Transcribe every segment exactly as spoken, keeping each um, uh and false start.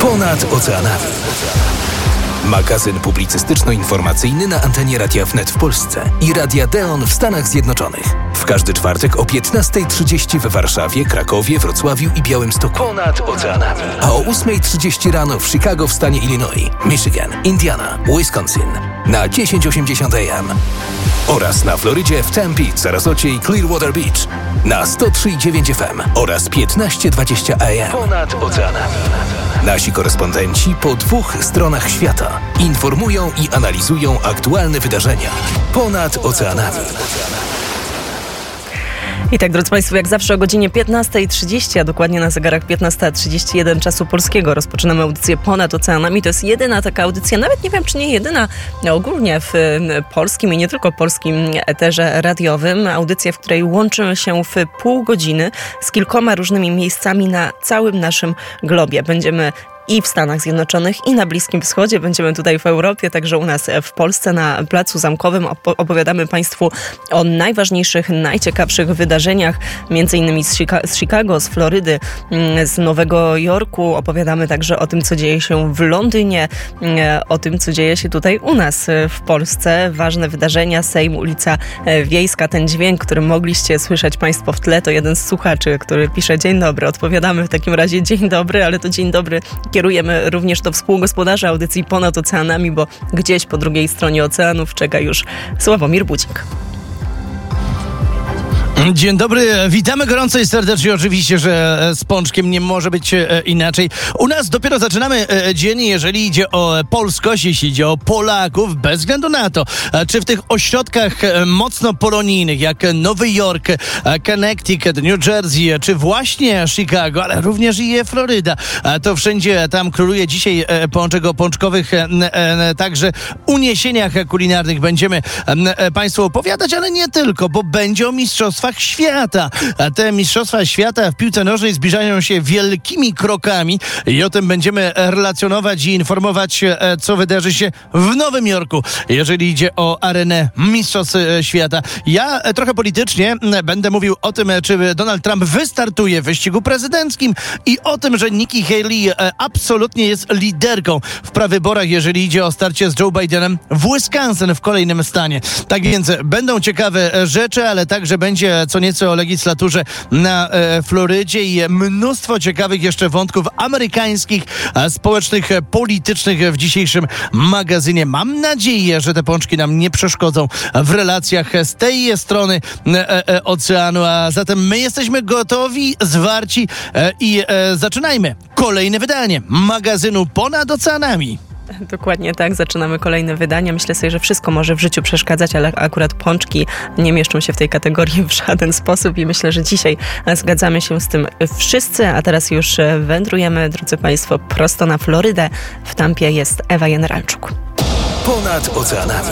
Ponad oceanami. Magazyn publicystyczno-informacyjny na antenie Radia Wnet w Polsce i Radia Deon w Stanach Zjednoczonych. W każdy czwartek o piętnasta trzydzieści w Warszawie, Krakowie, Wrocławiu i Białymstoku. Ponad oceanami. A o ósma trzydzieści rano w Chicago w stanie Illinois, Michigan, Indiana, Wisconsin na tysiąc osiemdziesiąt A M. Oraz na Florydzie w Tempe, Sarasocie i Clearwater Beach na sto trzy i dziewięć F M oraz piętnaście dwadzieścia A M. Ponad oceanami. Nasi korespondenci po dwóch stronach świata informują i analizują aktualne wydarzenia ponad oceanami. I tak, drodzy Państwo, jak zawsze o godzinie piętnasta trzydzieści, a dokładnie na zegarach piętnasta trzydzieści jeden czasu polskiego rozpoczynamy audycję Ponad Oceanami. To jest jedyna taka audycja, nawet nie wiem, czy nie jedyna ogólnie w polskim i nie tylko polskim eterze radiowym. Audycja, w której łączymy się w pół godziny z kilkoma różnymi miejscami na całym naszym globie. Będziemy i w Stanach Zjednoczonych, i na Bliskim Wschodzie. Będziemy tutaj w Europie, także u nas w Polsce na Placu Zamkowym opowiadamy Państwu o najważniejszych, najciekawszych wydarzeniach, między innymi z, Chica- z Chicago, z Florydy, z Nowego Jorku. Opowiadamy także o tym, co dzieje się w Londynie, o tym, co dzieje się tutaj u nas w Polsce. Ważne wydarzenia, Sejm, ulica Wiejska. Ten dźwięk, który mogliście słyszeć Państwo w tle, to jeden z słuchaczy, który pisze: dzień dobry. Odpowiadamy w takim razie dzień dobry, ale to dzień dobry kierujemy również do współgospodarza audycji Ponad Oceanami, bo gdzieś po drugiej stronie oceanów czeka już Sławomir Budzik. Dzień dobry, witamy gorąco i serdecznie. Oczywiście, że z Pączkiem nie może być inaczej. U nas dopiero zaczynamy dzień, jeżeli idzie o polskość, jeśli idzie o Polaków, bez względu na to, czy w tych ośrodkach mocno polonijnych, jak Nowy Jork, Connecticut, New Jersey, czy właśnie Chicago, ale również i Floryda. To wszędzie tam króluje dzisiaj Pączek. O pączkowych także uniesieniach kulinarnych będziemy Państwu opowiadać, ale nie tylko, bo będzie o mistrzostwach świata. A te mistrzostwa świata w piłce nożnej zbliżają się wielkimi krokami i o tym będziemy relacjonować i informować, co wydarzy się w Nowym Jorku, jeżeli idzie o arenę mistrzostw świata. Ja trochę politycznie będę mówił o tym, czy Donald Trump wystartuje w wyścigu prezydenckim i o tym, że Nikki Haley absolutnie jest liderką w prawyborach, jeżeli idzie o starcie z Joe Bidenem w Wisconsin, w kolejnym stanie. Tak więc będą ciekawe rzeczy, ale także będzie co nieco o legislaturze na e, Florydzie i mnóstwo ciekawych jeszcze wątków amerykańskich, e, społecznych, e, politycznych w dzisiejszym magazynie. Mam nadzieję, że te pączki nam nie przeszkodzą w relacjach z tej strony e, e, oceanu, a zatem my jesteśmy gotowi, zwarci e, i e, zaczynajmy kolejne wydanie magazynu Ponad Oceanami. Dokładnie tak, zaczynamy kolejne wydanie. Myślę sobie, że wszystko może w życiu przeszkadzać, ale akurat pączki nie mieszczą się w tej kategorii w żaden sposób i myślę, że dzisiaj zgadzamy się z tym wszyscy, a teraz już wędrujemy, drodzy Państwo, prosto na Florydę. W Tampie jest Ewa Generalczuk. Ponad oceanami.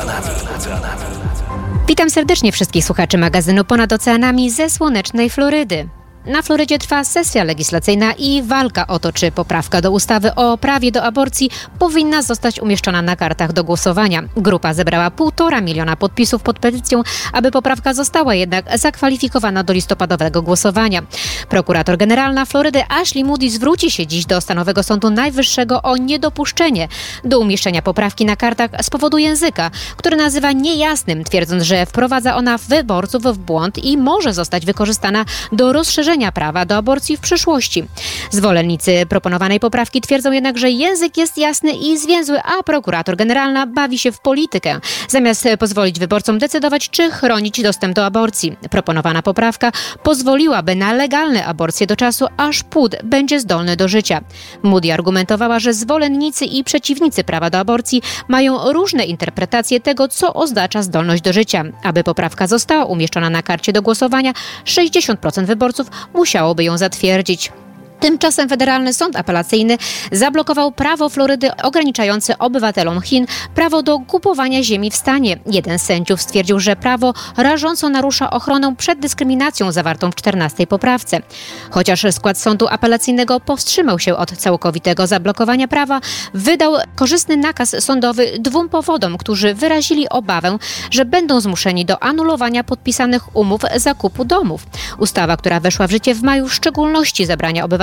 Witam serdecznie wszystkich słuchaczy magazynu Ponad Oceanami ze słonecznej Florydy. Na Florydzie trwa sesja legislacyjna i walka o to, czy poprawka do ustawy o prawie do aborcji powinna zostać umieszczona na kartach do głosowania. Grupa zebrała półtora miliona podpisów pod petycją, aby poprawka została jednak zakwalifikowana do listopadowego głosowania. Prokurator generalna Florydy Ashley Moody zwróci się dziś do Stanowego Sądu Najwyższego o niedopuszczenie do umieszczenia poprawki na kartach z powodu języka, który nazywa niejasnym, twierdząc, że wprowadza ona wyborców w błąd i może zostać wykorzystana do rozszerzenia prawa do aborcji w przyszłości. Zwolennicy proponowanej poprawki twierdzą jednak, że język jest jasny i zwięzły, a prokurator generalna bawi się w politykę, zamiast pozwolić wyborcom decydować, czy chronić dostęp do aborcji. Proponowana poprawka pozwoliłaby na legalne aborcje do czasu, aż płód będzie zdolny do życia. Moody argumentowała, że zwolennicy i przeciwnicy prawa do aborcji mają różne interpretacje tego, co oznacza zdolność do życia. Aby poprawka została umieszczona na karcie do głosowania, sześćdziesiąt procent wyborców musiałoby ją zatwierdzić. Tymczasem Federalny Sąd Apelacyjny zablokował prawo Florydy ograniczające obywatelom Chin prawo do kupowania ziemi w stanie. Jeden z sędziów stwierdził, że prawo rażąco narusza ochronę przed dyskryminacją zawartą w czternastej poprawce. Chociaż skład Sądu Apelacyjnego powstrzymał się od całkowitego zablokowania prawa, wydał korzystny nakaz sądowy dwóm powodom, którzy wyrazili obawę, że będą zmuszeni do anulowania podpisanych umów zakupu domów. Ustawa, która weszła w życie w maju, w szczególności zabrania obywatelom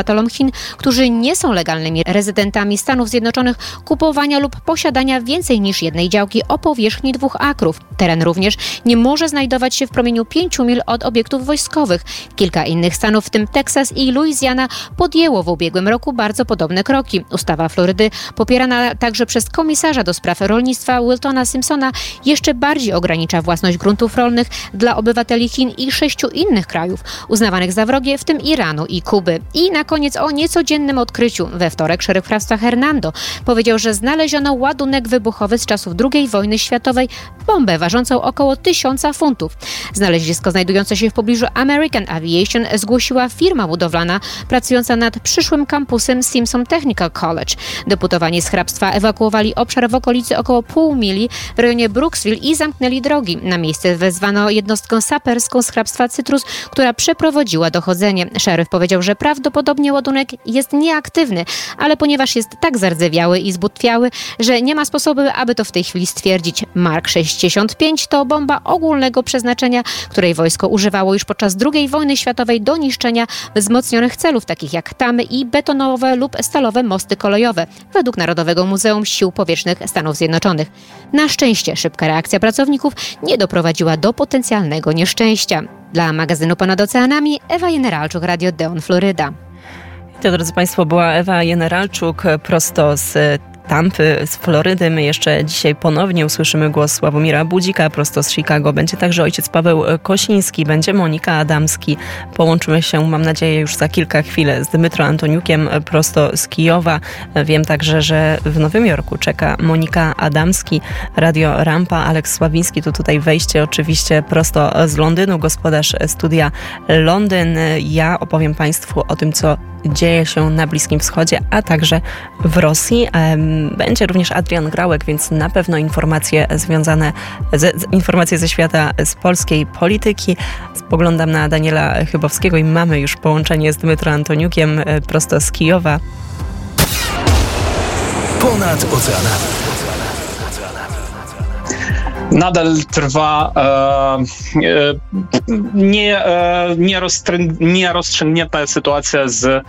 obywatelom Chin, którzy nie są legalnymi rezydentami Stanów Zjednoczonych, kupowania lub posiadania więcej niż jednej działki o powierzchni dwóch akrów. Teren również nie może znajdować się w promieniu pięciu mil od obiektów wojskowych. Kilka innych stanów, w tym Teksas i Luizjana, podjęło w ubiegłym roku bardzo podobne kroki. Ustawa Florydy, popierana także przez komisarza do spraw rolnictwa Wiltona Simpsona, jeszcze bardziej ogranicza własność gruntów rolnych dla obywateli Chin i sześciu innych krajów uznawanych za wrogie, w tym Iranu i Kuby. I na koniec o niecodziennym odkryciu. We wtorek szeryf hrabstwa Hernando powiedział, że znaleziono ładunek wybuchowy z czasów drugiej wojny światowej, bombę ważącą około tysiąca funtów. Znalezisko znajdujące się w pobliżu American Aviation zgłosiła firma budowlana pracująca nad przyszłym kampusem Simpson Technical College. Deputowani z hrabstwa ewakuowali obszar w okolicy około pół mili w rejonie Brooksville i zamknęli drogi. Na miejsce wezwano jednostkę saperską z hrabstwa Cytrus, która przeprowadziła dochodzenie. Szeryf powiedział, że prawdopodobnie ładunek jest nieaktywny, ale ponieważ jest tak zardzewiały i zbutwiały, że nie ma sposobu, aby to w tej chwili stwierdzić. Mark sześćdziesiąt pięć to bomba ogólnego przeznaczenia, której wojsko używało już podczas drugiej wojny światowej do niszczenia wzmocnionych celów, takich jak tamy i betonowe lub stalowe mosty kolejowe, według Narodowego Muzeum Sił Powietrznych Stanów Zjednoczonych. Na szczęście szybka reakcja pracowników nie doprowadziła do potencjalnego nieszczęścia. Dla magazynu Ponad Oceanami Ewa Jeneralczuk, Radio Deon, Floryda. To, drodzy Państwo, była Ewa Jeneralczuk prosto z Tampy, z Florydy. My jeszcze dzisiaj ponownie usłyszymy głos Sławomira Budzika prosto z Chicago. Będzie także ojciec Paweł Kosiński, będzie Monika Adamski. Połączymy się, mam nadzieję, już za kilka chwil z Dmytro Antoniukiem prosto z Kijowa. Wiem także, że w Nowym Jorku czeka Monika Adamski, Radio Rampa. Aleks Sławiński, to tutaj wejście oczywiście prosto z Londynu, gospodarz studia Londyn. Ja opowiem Państwu o tym, co dzieje się na Bliskim Wschodzie, a także w Rosji. Będzie również Adrian Grałek, więc na pewno informacje związane, ze, informacje ze świata, z polskiej polityki. Spoglądam na Daniela Chybowskiego i mamy już połączenie z Dmytro Antoniukiem prosto z Kijowa. Ponad oceanami. Nadal trwa e, e, nie, e, nierozstrzygnięta sytuacja z e,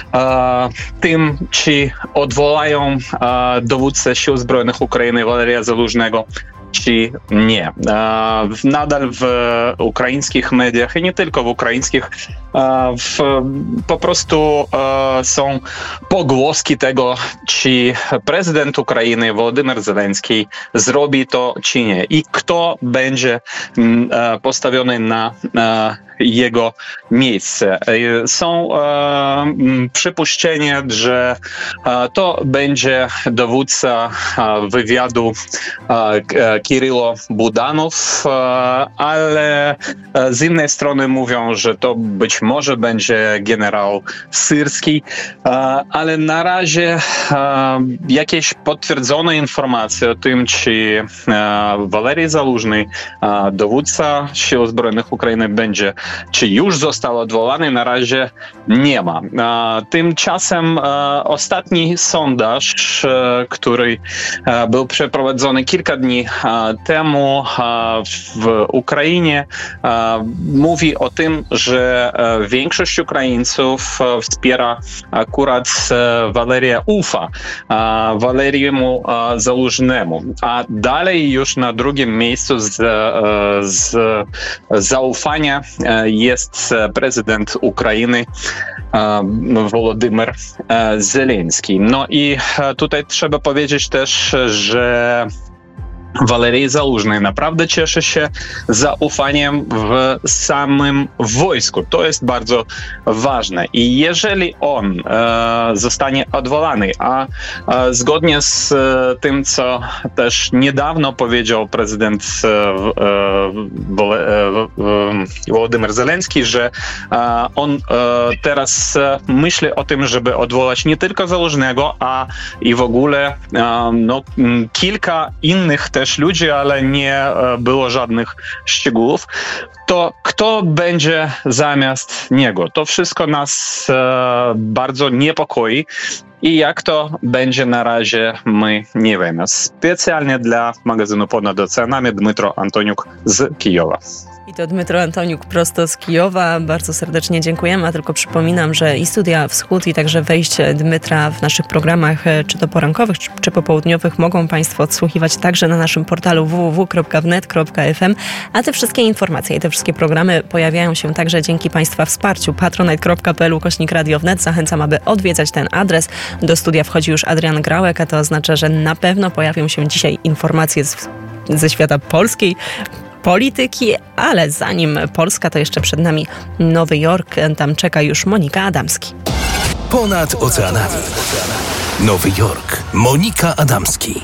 tym, czy odwołają e, dowódcę Sił Zbrojnych Ukrainy Waleria Zaluzhnego, czy nie. E, nadal w ukraińskich mediach i nie tylko w ukraińskich e, w, po prostu e, są pogłoski tego, czy prezydent Ukrainy Wołodymyr Zelenski zrobi to, czy nie. I kto będzie e, postawiony na e, jego miejsce. Są e, przypuszczenia, że e, to będzie dowódca e, wywiadu e, Kirylo Budanow, e, ale z innej strony mówią, że to być może będzie generał Syrski, e, ale na razie e, jakieś potwierdzone informacje o tym, czy e, Walerii Zaluzhny, e, dowódca Sił Zbrojnych Ukrainy, będzie czy już został odwołany, na razie nie ma. Tymczasem ostatni sondaż, który był przeprowadzony kilka dni temu w Ukrainie, mówi o tym, że większość Ukraińców wspiera akurat Waleria, ufa Waleriemu Zaluzhnemu, a dalej już na drugim miejscu z, z zaufania jest prezydent Ukrainy Wołodymyr Zelenski. No i tutaj trzeba powiedzieć też, że Walerii Zaluzhny naprawdę cieszy się zaufaniem w samym wojsku. To jest bardzo ważne. I jeżeli on e, zostanie odwołany, a e, zgodnie z e, tym, co też niedawno powiedział prezydent e, e, e, Wołodymyr Zelenski, że e, on e, teraz e, myśli o tym, żeby odwołać nie tylko Zaluzhnego, a i w ogóle e, no, kilka innych też ludzi, ale nie było żadnych szczegółów, to kto będzie zamiast niego? To wszystko nas e, bardzo niepokoi i jak to będzie na razie, my nie wiemy. Specjalnie dla magazynu Ponad Oceanami Dmytro Antoniuk z Kijowa. I to Dmytro Antoniuk prosto z Kijowa. Bardzo serdecznie dziękujemy, a tylko przypominam, że i Studia Wschód, i także wejście Dmytra w naszych programach, czy to porankowych, czy, czy popołudniowych, mogą Państwo odsłuchiwać także na naszym portalu w w w kropka wnet kropka f m, a te wszystkie informacje i te wszystkie programy pojawiają się także dzięki Państwa wsparciu. patronite kropka p l ukośnik radio wnet. Zachęcam, aby odwiedzać ten adres. Do studia wchodzi już Adrian Grałek, a to oznacza, że na pewno pojawią się dzisiaj informacje z, ze świata polskiej polityki, ale zanim Polska, to jeszcze przed nami Nowy Jork. Tam czeka już Monika Adamski. Ponad oceanami. Nowy Jork. Monika Adamski.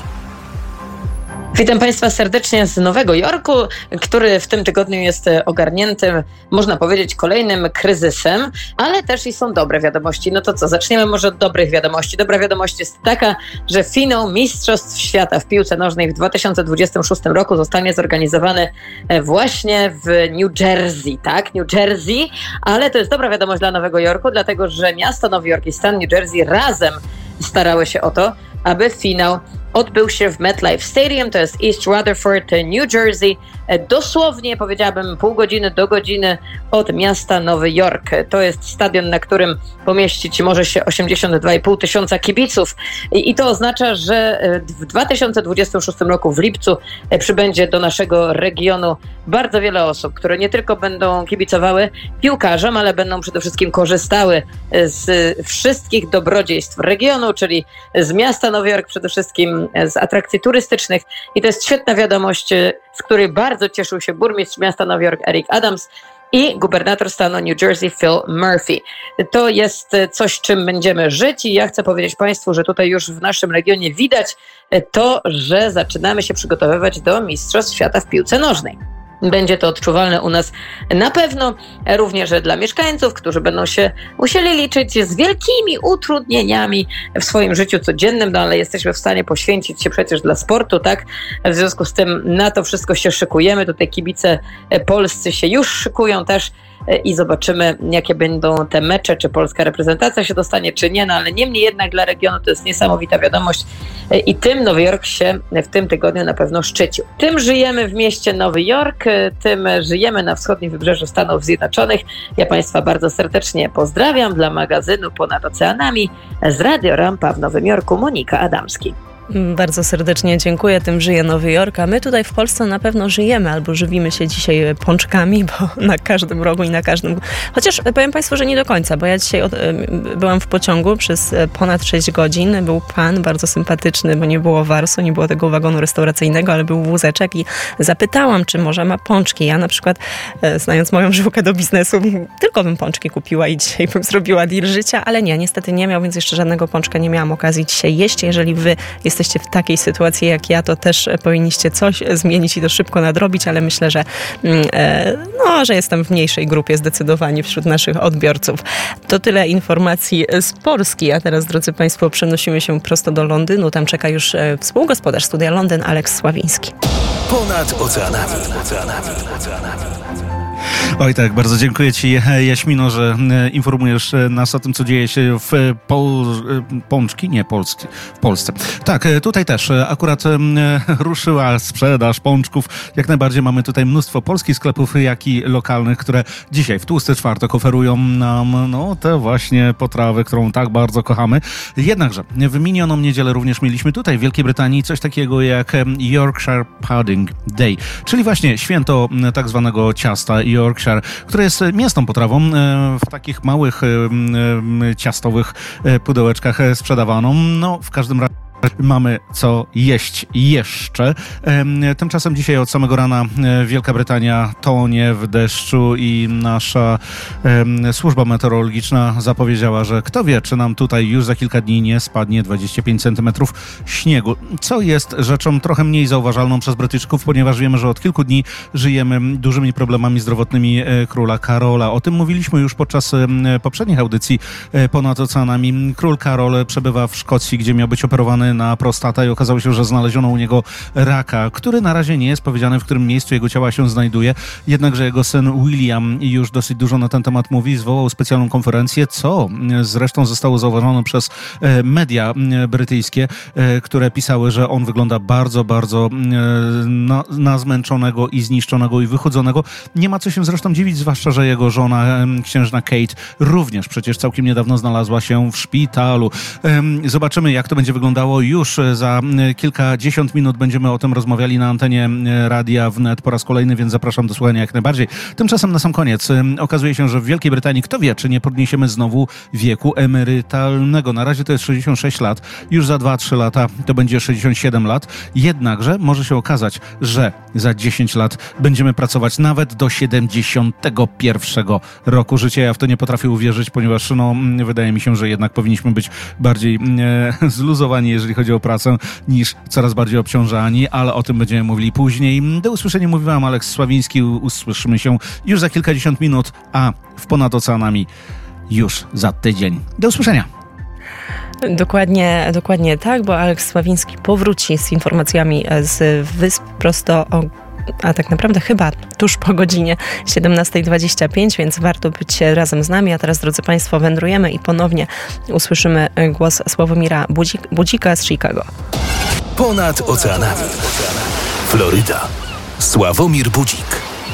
Witam Państwa serdecznie z Nowego Jorku, który w tym tygodniu jest ogarnięty, można powiedzieć, kolejnym kryzysem, ale też i są dobre wiadomości. No to co, zaczniemy może od dobrych wiadomości. Dobra wiadomość jest taka, że finał Mistrzostw Świata w piłce nożnej w dwa tysiące dwudziestym szóstym roku zostanie zorganizowany właśnie w New Jersey, tak? New Jersey, ale to jest dobra wiadomość dla Nowego Jorku, dlatego że miasto Nowy Jork i stan New Jersey razem starały się o to, aby finał odbył się w MetLife Stadium, to jest East Rutherford, New Jersey, dosłownie powiedziałabym pół godziny do godziny od miasta Nowy Jork. To jest stadion, na którym pomieścić może się osiemdziesiąt dwa i pół tysiąca kibiców i, i to oznacza, że w dwa tysiące dwudziestym szóstym roku w lipcu przybędzie do naszego regionu bardzo wiele osób, które nie tylko będą kibicowały piłkarzom, ale będą przede wszystkim korzystały z wszystkich dobrodziejstw regionu, czyli z miasta Nowy Jork przede wszystkim, z atrakcji turystycznych i to jest świetna wiadomość, z której bardzo cieszył się burmistrz miasta Nowy Jork Eric Adams i gubernator stanu New Jersey Phil Murphy. To jest coś, czym będziemy żyć i ja chcę powiedzieć Państwu, że tutaj już w naszym regionie widać to, że zaczynamy się przygotowywać do Mistrzostw Świata w piłce nożnej. Będzie to odczuwalne u nas na pewno, również dla mieszkańców, którzy będą się musieli liczyć z wielkimi utrudnieniami w swoim życiu codziennym, no ale jesteśmy w stanie poświęcić się przecież dla sportu, tak? W związku z tym na to wszystko się szykujemy. Tutaj kibice polscy się już szykują też i zobaczymy, jakie będą te mecze, czy polska reprezentacja się dostanie, czy nie, no ale niemniej jednak dla regionu to jest niesamowita wiadomość i tym Nowy Jork się w tym tygodniu na pewno szczycił. Tym żyjemy w mieście Nowy Jork, tym żyjemy na wschodnim wybrzeżu Stanów Zjednoczonych. Ja Państwa bardzo serdecznie pozdrawiam dla magazynu Ponad Oceanami z Radio Rampa w Nowym Jorku, Monika Adamski. Bardzo serdecznie dziękuję. Tym żyje Nowy Jork, a my tutaj w Polsce na pewno żyjemy albo żywimy się dzisiaj pączkami, bo na każdym rogu i na każdym... Chociaż powiem Państwu, że nie do końca, bo ja dzisiaj od... byłam w pociągu przez ponad sześć godzin. Był pan bardzo sympatyczny, bo nie było warsu, nie było tego wagonu restauracyjnego, ale był wózeczek i zapytałam, czy może ma pączki. Ja na przykład, znając moją żyłkę do biznesu, tylko bym pączki kupiła i dzisiaj bym zrobiła deal życia, ale nie, niestety nie miał, więc jeszcze żadnego pączka nie miałam okazji dzisiaj jeść. Jeżeli wy jesteście jesteście w takiej sytuacji jak ja, to też powinniście coś zmienić i to szybko nadrobić, ale myślę, że, no, że jestem w mniejszej grupie zdecydowanie wśród naszych odbiorców. To tyle informacji z Polski, a teraz, drodzy Państwo, przenosimy się prosto do Londynu. Tam czeka już współgospodarz Studia Londyn, Aleks Sławiński. Ponad oceanami. oceanami. Oj tak, bardzo dziękuję Ci, Jaśmino, że informujesz nas o tym, co dzieje się w Pol... Pączki, nie Polski, w Polsce. Tak, tutaj też akurat ruszyła sprzedaż pączków. Jak najbardziej mamy tutaj mnóstwo polskich sklepów, jak i lokalnych, które dzisiaj w tłusty czwartek oferują nam no, te właśnie potrawy, którą tak bardzo kochamy. Jednakże w minioną niedzielę również mieliśmy tutaj w Wielkiej Brytanii coś takiego jak Yorkshire Pudding Day, czyli właśnie święto tak zwanego ciasta Yorkshire, które jest mięsną potrawą w takich małych ciastowych pudełeczkach sprzedawaną. No, w każdym razie mamy co jeść jeszcze. Tymczasem dzisiaj od samego rana Wielka Brytania tonie w deszczu i nasza służba meteorologiczna zapowiedziała, że kto wie, czy nam tutaj już za kilka dni nie spadnie dwadzieścia pięć centymetrów śniegu, co jest rzeczą trochę mniej zauważalną przez Brytyjczyków, ponieważ wiemy, że od kilku dni żyjemy dużymi problemami zdrowotnymi króla Karola. O tym mówiliśmy już podczas poprzednich audycji Ponad Oceanami. Król Karol przebywa w Szkocji, gdzie miał być operowany zbadany na prostatę i okazało się, że znaleziono u niego raka, który na razie nie jest powiedziane, w którym miejscu jego ciała się znajduje. Jednakże jego syn William już dosyć dużo na ten temat mówi, zwołał specjalną konferencję, co zresztą zostało zauważone przez media brytyjskie, które pisały, że on wygląda bardzo, bardzo na, na zmęczonego i zniszczonego i wychudzonego. Nie ma co się zresztą dziwić, zwłaszcza, że jego żona, księżna Kate, również przecież całkiem niedawno znalazła się w szpitalu. Zobaczymy, jak to będzie wyglądało już za kilkadziesiąt minut. Będziemy o tym rozmawiali na antenie Radia Wnet po raz kolejny, więc zapraszam do słuchania jak najbardziej. Tymczasem na sam koniec okazuje się, że w Wielkiej Brytanii, kto wie, czy nie podniesiemy znowu wieku emerytalnego. Na razie to jest sześćdziesiąt sześć lat, już za dwa trzy lata to będzie sześćdziesiąt siedem lat. Jednakże może się okazać, że za dziesięć lat będziemy pracować nawet do siedemdziesiątego pierwszego roku życia. Ja w to nie potrafię uwierzyć, ponieważ no, wydaje mi się, że jednak powinniśmy być bardziej e, zluzowani, jeżeli chodzi o pracę, niż coraz bardziej obciążani, ale o tym będziemy mówili później. Do usłyszenia mówi wam Aleks Sławiński. Usłyszymy się już za kilkadziesiąt minut, a w Ponad Oceanami już za tydzień. Do usłyszenia. Dokładnie, dokładnie tak, bo Aleks Sławiński powróci z informacjami z wysp prosto o a tak naprawdę chyba tuż po godzinie siedemnasta dwadzieścia pięć, więc warto być razem z nami. A teraz, drodzy Państwo, wędrujemy i ponownie usłyszymy głos Sławomira Budzik- Budzika z Chicago. Ponad oceanami. Floryda. Sławomir Budzik.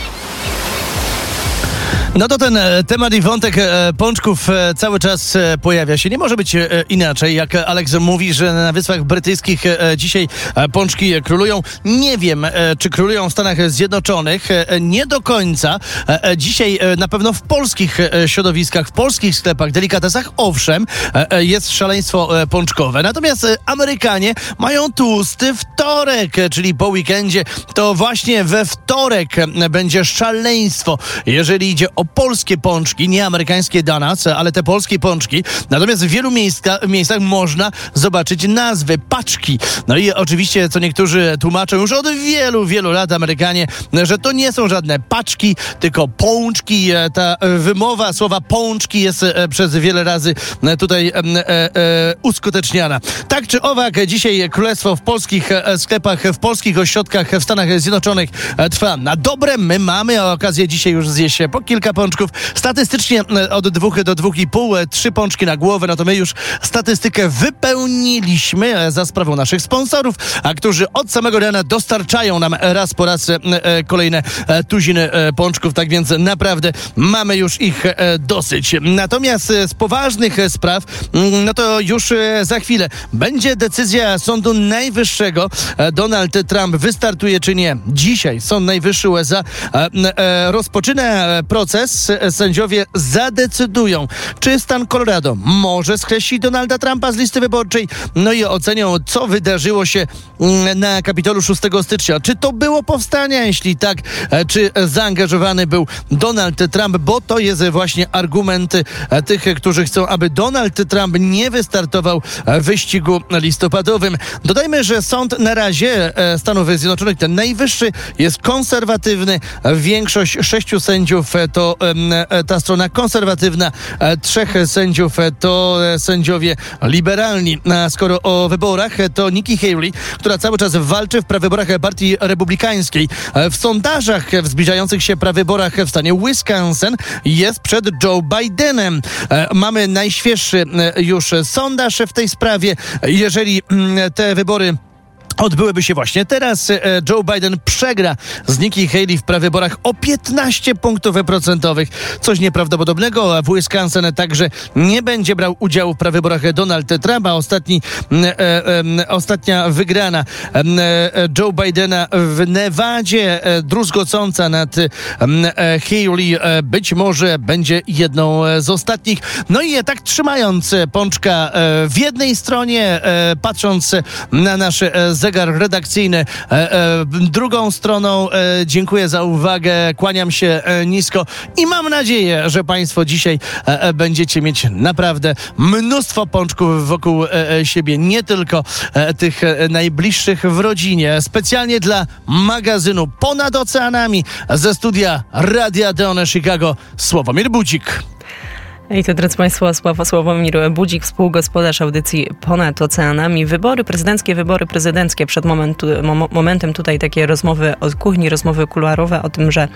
No to ten temat i wątek pączków cały czas pojawia się. Nie może być inaczej, jak Aleks mówi, że na Wyspach Brytyjskich dzisiaj pączki królują. Nie wiem, czy królują w Stanach Zjednoczonych. Nie do końca. Dzisiaj na pewno w polskich środowiskach, w polskich sklepach, delikatesach, owszem, jest szaleństwo pączkowe. Natomiast Amerykanie mają tłusty wtorek, czyli po weekendzie. To właśnie we wtorek będzie szaleństwo, jeżeli idzie o polskie pączki, nie amerykańskie donuts, ale te polskie pączki. Natomiast w wielu miejsca, miejscach można zobaczyć nazwy, paczki. No i oczywiście, co niektórzy tłumaczą już od wielu, wielu lat Amerykanie, że to nie są żadne paczki, tylko pączki. Ta wymowa słowa pączki jest przez wiele razy tutaj e, e, e, uskuteczniana. Tak czy owak, dzisiaj królestwo w polskich sklepach, w polskich ośrodkach w Stanach Zjednoczonych trwa na dobre. My mamy okazję dzisiaj już zjeść po kilka pączków. Statystycznie od dwóch do dwóch i pół, trzy pączki na głowę, no to my już statystykę wypełniliśmy za sprawą naszych sponsorów, a którzy od samego rana dostarczają nam raz po raz kolejne tuziny pączków, tak więc naprawdę mamy już ich dosyć. Natomiast z poważnych spraw, no to już za chwilę będzie decyzja Sądu Najwyższego. Donald Trump wystartuje czy nie. Dzisiaj Sąd Najwyższy U S A rozpoczyna proces. Sędziowie zadecydują, czy stan Colorado może skreślić Donalda Trumpa z listy wyborczej, no i ocenią, co wydarzyło się na Kapitolu szóstego stycznia. Czy to było powstanie? Jeśli tak, czy zaangażowany był Donald Trump, bo to jest właśnie argument tych, którzy chcą, aby Donald Trump nie wystartował w wyścigu listopadowym. Dodajmy, że sąd na razie Stanów Zjednoczonych, ten najwyższy, jest konserwatywny. Większość sześciu sędziów to ta strona konserwatywna, trzech sędziów to sędziowie liberalni. A skoro o wyborach, to Nikki Haley, która cały czas walczy w prawyborach Partii Republikańskiej. W sondażach w zbliżających się prawyborach w stanie Wisconsin jest przed Joe Bidenem. Mamy najświeższy już sondaż w tej sprawie. Jeżeli te wybory odbyłyby się właśnie teraz, Joe Biden przegra z Nikki Haley w prawyborach o piętnaście punktów procentowych. Coś nieprawdopodobnego. W Wisconsin także nie będzie brał udziału w prawyborach Donald Trump, a ostatni, e, e, ostatnia wygrana e, Joe Bidena w Nevadzie, e, druzgocąca nad e, Haley, e, być może będzie jedną z ostatnich. No i tak trzymając pączka e, w jednej stronie, e, patrząc na nasz e, zegar redakcyjny e, e, drugą stroną. E, dziękuję za uwagę, kłaniam się e, nisko i mam nadzieję, że Państwo dzisiaj e, e, będziecie mieć naprawdę mnóstwo pączków wokół e, siebie, nie tylko e, tych e, najbliższych w rodzinie. Specjalnie dla magazynu Ponad Oceanami ze studia Radia Deon Chicago, Sławomir Budzik. I to, drodzy Państwo, Sławomir Budzik, współgospodarz audycji Ponad Oceanami. Wybory prezydenckie, wybory prezydenckie. Przed momentu, mom, momentem tutaj takie rozmowy od kuchni, rozmowy kuluarowe o tym, że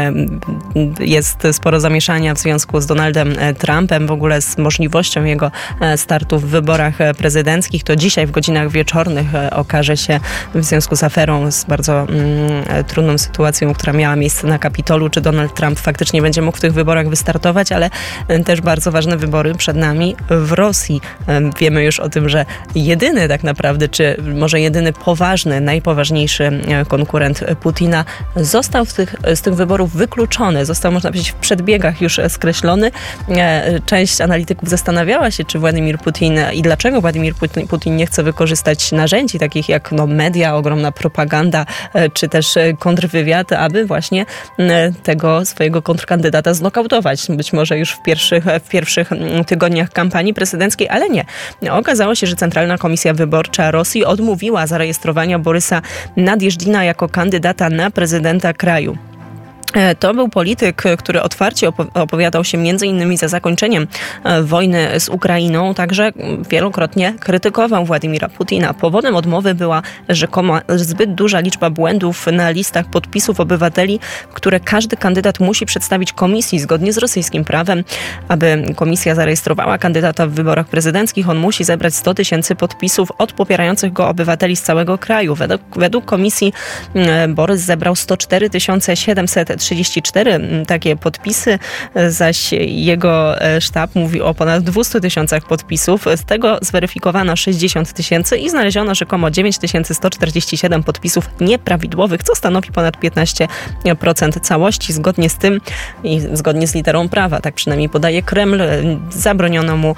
jest sporo zamieszania w związku z Donaldem Trumpem, w ogóle z możliwością jego startu w wyborach prezydenckich. To dzisiaj w godzinach wieczornych okaże się w związku z aferą, z bardzo mm, trudną sytuacją, która miała miejsce na Kapitolu, czy Donald Trump faktycznie będzie mógł w tych wyborach wystartować, ale też bardzo ważne wybory przed nami w Rosji. Wiemy już o tym, że jedyny tak naprawdę, czy może jedyny poważny, najpoważniejszy konkurent Putina został z tych, z tych wyborów wykluczony. Został, można powiedzieć, w przedbiegach już skreślony. Część analityków zastanawiała się, czy Władimir Putin i dlaczego Władimir Putin nie chce wykorzystać narzędzi takich jak no, media, ogromna propaganda, czy też kontrwywiad, aby właśnie tego swojego kontrkandydata znokautować. Być może już w pierwszych, w pierwszych tygodniach kampanii prezydenckiej, ale nie. Okazało się, że Centralna Komisja Wyborcza Rosji odmówiła zarejestrowania Borysa Nadjeżdina jako kandydata na prezydenta kraju. To był polityk, który otwarcie opowiadał się między innymi za zakończeniem wojny z Ukrainą, także wielokrotnie krytykował Władimira Putina. Powodem odmowy była rzekomo zbyt duża liczba błędów na listach podpisów obywateli, które każdy kandydat musi przedstawić komisji zgodnie z rosyjskim prawem. Aby komisja zarejestrowała kandydata w wyborach prezydenckich, on musi zebrać sto tysięcy podpisów od popierających go obywateli z całego kraju. Według, według komisji Borys zebrał sto cztery tysiące siedemset trzydzieści cztery takie podpisy, zaś jego sztab mówi o ponad dwieście tysiącach podpisów. Z tego zweryfikowano sześćdziesiąt tysięcy i znaleziono rzekomo dziewięć tysięcy sto czterdzieści siedem podpisów nieprawidłowych, co stanowi ponad piętnaście procent całości. Zgodnie z tym i zgodnie z literą prawa, tak przynajmniej podaje Kreml, zabroniono mu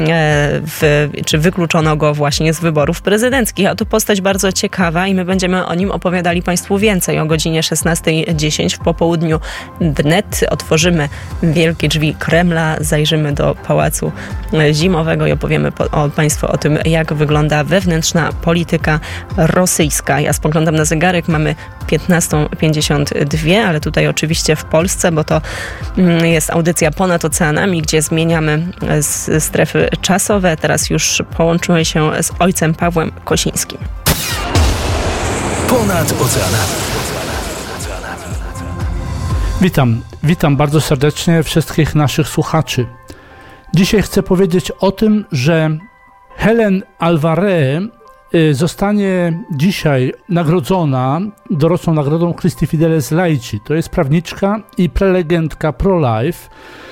w, czy wykluczono go właśnie z wyborów prezydenckich. A to postać bardzo ciekawa i my będziemy o nim opowiadali Państwu więcej o godzinie szesnasta dziesięć w popołudniu wnet. Otworzymy wielkie drzwi Kremla, zajrzymy do Pałacu Zimowego i opowiemy po, o Państwu o tym, jak wygląda wewnętrzna polityka rosyjska. Ja spoglądam na zegarek, mamy piętnasta pięćdziesiąt dwa, ale tutaj oczywiście w Polsce, bo to jest audycja Ponad Oceanami, gdzie zmieniamy strefy czasowe. Teraz już połączymy się z ojcem Pawłem Kosińskim. Ponad Oceanami. Witam, witam bardzo serdecznie wszystkich naszych słuchaczy. Dzisiaj chcę powiedzieć o tym, że Helen Alvarez zostanie dzisiaj nagrodzona doroczną nagrodą Christi Fideles Laici. To jest prawniczka i prelegentka pro-life,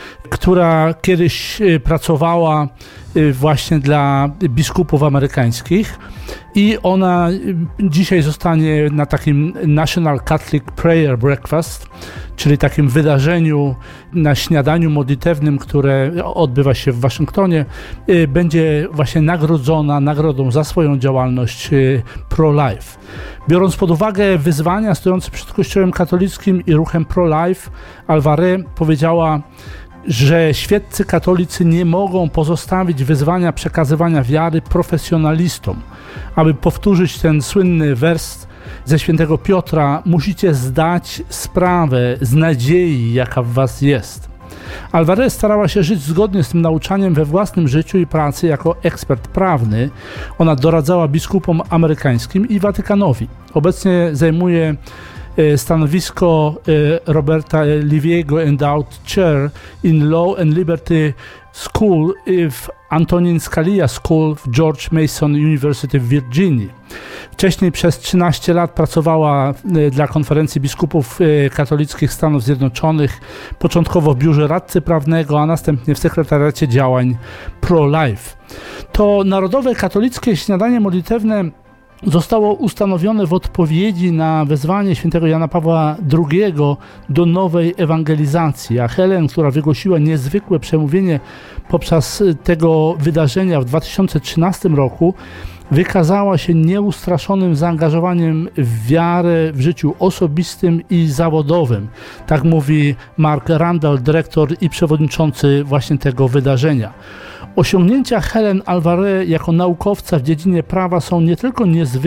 która kiedyś pracowała właśnie dla biskupów amerykańskich i ona dzisiaj zostanie na takim National Catholic Prayer Breakfast, czyli takim wydarzeniu na śniadaniu modlitewnym, które odbywa się w Waszyngtonie, będzie właśnie nagrodzona nagrodą za swoją działalność pro-life. Biorąc pod uwagę wyzwania stojące przed Kościołem katolickim i ruchem pro-life, Alvarez powiedziała, że świeccy katolicy nie mogą pozostawić wyzwania przekazywania wiary profesjonalistom. Aby powtórzyć ten słynny wers ze świętego Piotra, musicie zdać sprawę z nadziei, jaka w was jest. Alvarez starała się żyć zgodnie z tym nauczaniem we własnym życiu i pracy jako ekspert prawny. Ona doradzała biskupom amerykańskim i Watykanowi. Obecnie zajmuje stanowisko Roberta Liviego Endowed Chair in Law and Liberty School w Antonin Scalia School w George Mason University w Virginii. Wcześniej przez trzynaście lat pracowała dla Konferencji Biskupów Katolickich Stanów Zjednoczonych, początkowo w biurze radcy prawnego, a następnie w sekretariacie działań pro-life. To Narodowe Katolickie Śniadanie Modlitewne zostało ustanowione w odpowiedzi na wezwanie świętego Jana Pawła drugiego do nowej ewangelizacji, a Helen, która wygłosiła niezwykłe przemówienie podczas tego wydarzenia w dwa tysiące trzynastym roku, wykazała się nieustraszonym zaangażowaniem w wiarę w życiu osobistym i zawodowym. Tak mówi Mark Randall, dyrektor i przewodniczący właśnie tego wydarzenia. Osiągnięcia Helen Alvarez jako naukowca w dziedzinie prawa są nie tylko niezwykłe,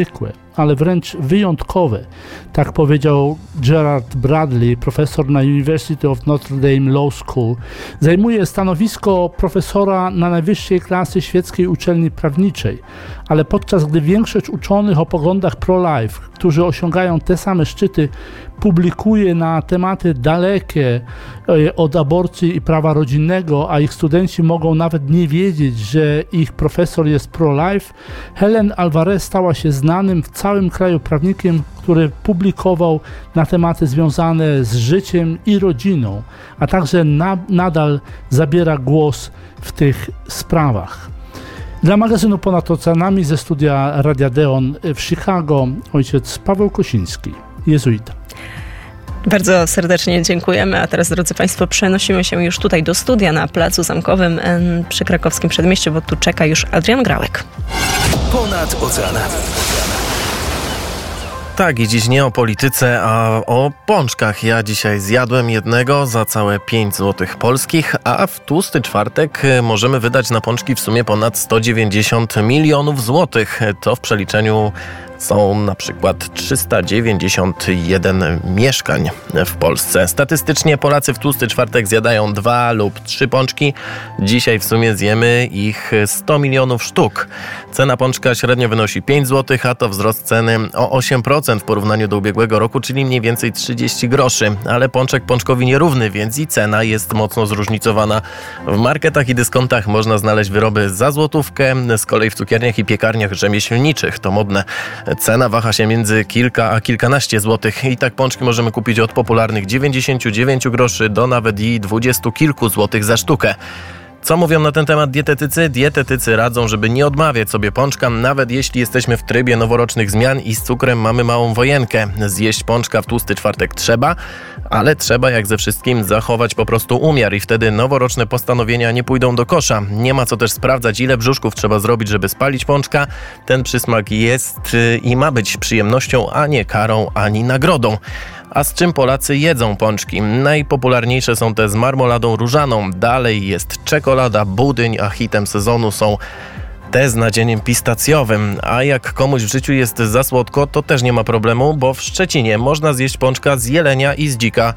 ale wręcz wyjątkowe. Tak powiedział Gerard Bradley, profesor na University of Notre Dame Law School. Zajmuje stanowisko profesora na najwyższej klasy świeckiej uczelni prawniczej, ale podczas gdy większość uczonych o poglądach pro-life, którzy osiągają te same szczyty, publikuje na tematy dalekie od aborcji i prawa rodzinnego, a ich studenci mogą nawet nie wiedzieć, że ich profesor jest pro-life, Helen Alvarez stała się znanym w całym kraju prawnikiem, który publikował na tematy związane z życiem i rodziną, a także na, nadal zabiera głos w tych sprawach. Dla magazynu Ponad Oceanami ze studia Radia Deon w Chicago ojciec Paweł Kosiński, jezuita. Bardzo serdecznie dziękujemy, a teraz, drodzy Państwo, przenosimy się już tutaj do studia na Placu Zamkowym przy krakowskim przedmieściu, bo tu czeka już Adrian Grałek. Ponad Oceanami. Tak, i dziś nie o polityce, a o pączkach. Ja dzisiaj zjadłem jednego za całe pięć złotych polskich, a w tłusty czwartek możemy wydać na pączki w sumie ponad sto dziewięćdziesiąt milionów złotych. To w przeliczeniu są na przykład trzysta dziewięćdziesiąt jeden mieszkań w Polsce. Statystycznie Polacy w tłusty czwartek zjadają dwa lub trzy pączki. Dzisiaj w sumie zjemy ich sto milionów sztuk. Cena pączka średnio wynosi pięć złotych, a to wzrost ceny o osiem procent w porównaniu do ubiegłego roku, czyli mniej więcej trzydzieści groszy. Ale pączek pączkowi nierówny, więc i cena jest mocno zróżnicowana. W marketach i dyskontach można znaleźć wyroby za złotówkę, z kolei w cukierniach i piekarniach rzemieślniczych to modne. Cena waha się między kilka a kilkanaście złotych i tak pączki możemy kupić od popularnych dziewięćdziesięciu dziewięciu groszy do nawet i dwudziestu kilku złotych za sztukę. Co mówią na ten temat dietetycy? Dietetycy radzą, żeby nie odmawiać sobie pączka, nawet jeśli jesteśmy w trybie noworocznych zmian i z cukrem mamy małą wojenkę. Zjeść pączka w tłusty czwartek trzeba, ale trzeba jak ze wszystkim zachować po prostu umiar i wtedy noworoczne postanowienia nie pójdą do kosza. Nie ma co też sprawdzać, ile brzuszków trzeba zrobić, żeby spalić pączka. Ten przysmak jest i ma być przyjemnością, a nie karą ani nagrodą. A z czym Polacy jedzą pączki? Najpopularniejsze są te z marmoladą różaną. Dalej jest czekolada, budyń, a hitem sezonu są te z nadzieniem pistacjowym. A jak komuś w życiu jest za słodko, to też nie ma problemu, bo w Szczecinie można zjeść pączka z jelenia i z dzika.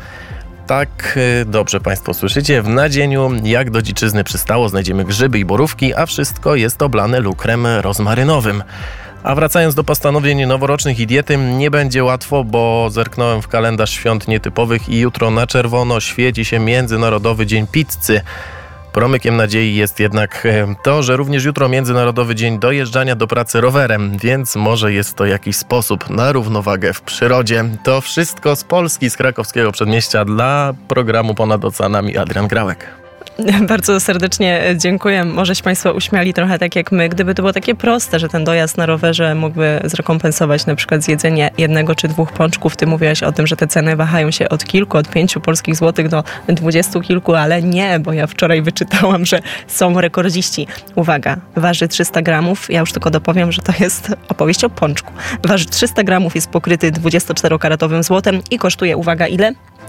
Tak, dobrze Państwo słyszycie, w nadzieniu jak do dziczyzny przystało znajdziemy grzyby i borówki, a wszystko jest oblane lukrem rozmarynowym. A wracając do postanowień noworocznych i diety, nie będzie łatwo, bo zerknąłem w kalendarz świąt nietypowych i jutro na czerwono świeci się Międzynarodowy Dzień Pizzy. Promykiem nadziei jest jednak to, że również jutro Międzynarodowy Dzień dojeżdżania do pracy rowerem, więc może jest to jakiś sposób na równowagę w przyrodzie. To wszystko z Polski, z krakowskiego przedmieścia dla programu Ponad Oceanami Adrian Grałek. Bardzo serdecznie dziękuję. Może się Państwo uśmiali trochę tak jak my. Gdyby to było takie proste, że ten dojazd na rowerze mógłby zrekompensować na przykład zjedzenie jednego czy dwóch pączków. Ty mówiłaś o tym, że te ceny wahają się od kilku, od pięciu polskich złotych do dwudziestu kilku, ale nie, bo ja wczoraj wyczytałam, że są rekordziści. Uwaga, waży trzysta gramów. Ja już tylko dopowiem, że to jest opowieść o pączku. Waży trzysta gramów, jest pokryty dwudziestoczterokaratowym złotem i kosztuje, uwaga, ile?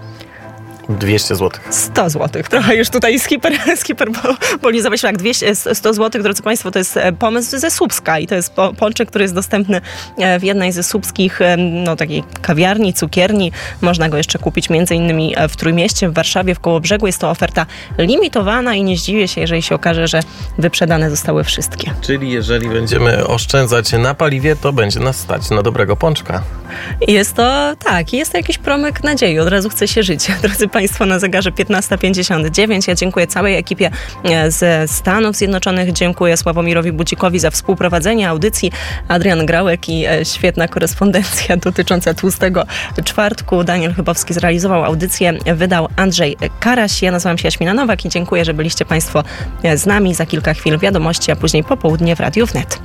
dwieście złotych. sto złotych. Trochę już tutaj z hiper, z hiperbolizowałeś. Tak, dwieście, sto złotych, drodzy Państwo, to jest pomysł ze Słupska i to jest pączek, który jest dostępny w jednej ze słupskich, no takiej kawiarni, cukierni. Można go jeszcze kupić między innymi w Trójmieście, w Warszawie, w Kołobrzegu. Jest to oferta limitowana i nie zdziwię się, jeżeli się okaże, że wyprzedane zostały wszystkie. Czyli jeżeli będziemy oszczędzać na paliwie, to będzie nas stać na dobrego pączka. Jest to, tak, jest to jakiś promyk nadziei. Od razu chce się żyć. Drodzy Państwo, na zegarze piętnasta pięćdziesiąt dziewięć. Ja dziękuję całej ekipie ze Stanów Zjednoczonych. Dziękuję Sławomirowi Bucikowi za współprowadzenie audycji. Adrian Grałek i świetna korespondencja dotycząca tłustego czwartku. Daniel Chybowski zrealizował audycję, wydał Andrzej Karaś. Ja nazywam się Jaśmina Nowak i dziękuję, że byliście Państwo z nami. Za kilka chwil wiadomości, a później popołudnie w Radiu Wnet.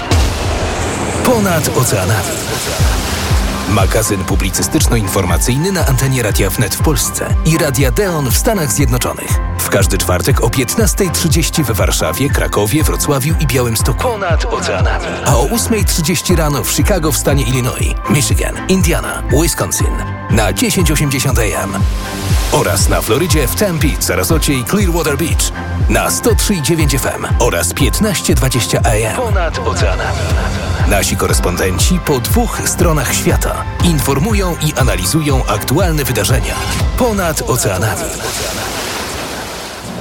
Ponad Oceanami. Magazyn publicystyczno-informacyjny na antenie Radia Wnet w Polsce i Radia Deon w Stanach Zjednoczonych. W każdy czwartek o piętnasta trzydzieści we Warszawie, Krakowie, Wrocławiu i Białymstoku. Ponad Oceanami. A o ósma trzydzieści rano w Chicago w stanie Illinois, Michigan, Indiana, Wisconsin na tysiąc osiemdziesiąt A M. Oraz na Florydzie w Tempe, Sarasocie i Clearwater Beach na sto trzy i dziewięć F M oraz piętnaście dwadzieścia A M. Ponad Oceanami. Nasi korespondenci po dwóch stronach świata informują i analizują aktualne wydarzenia ponad oceanami.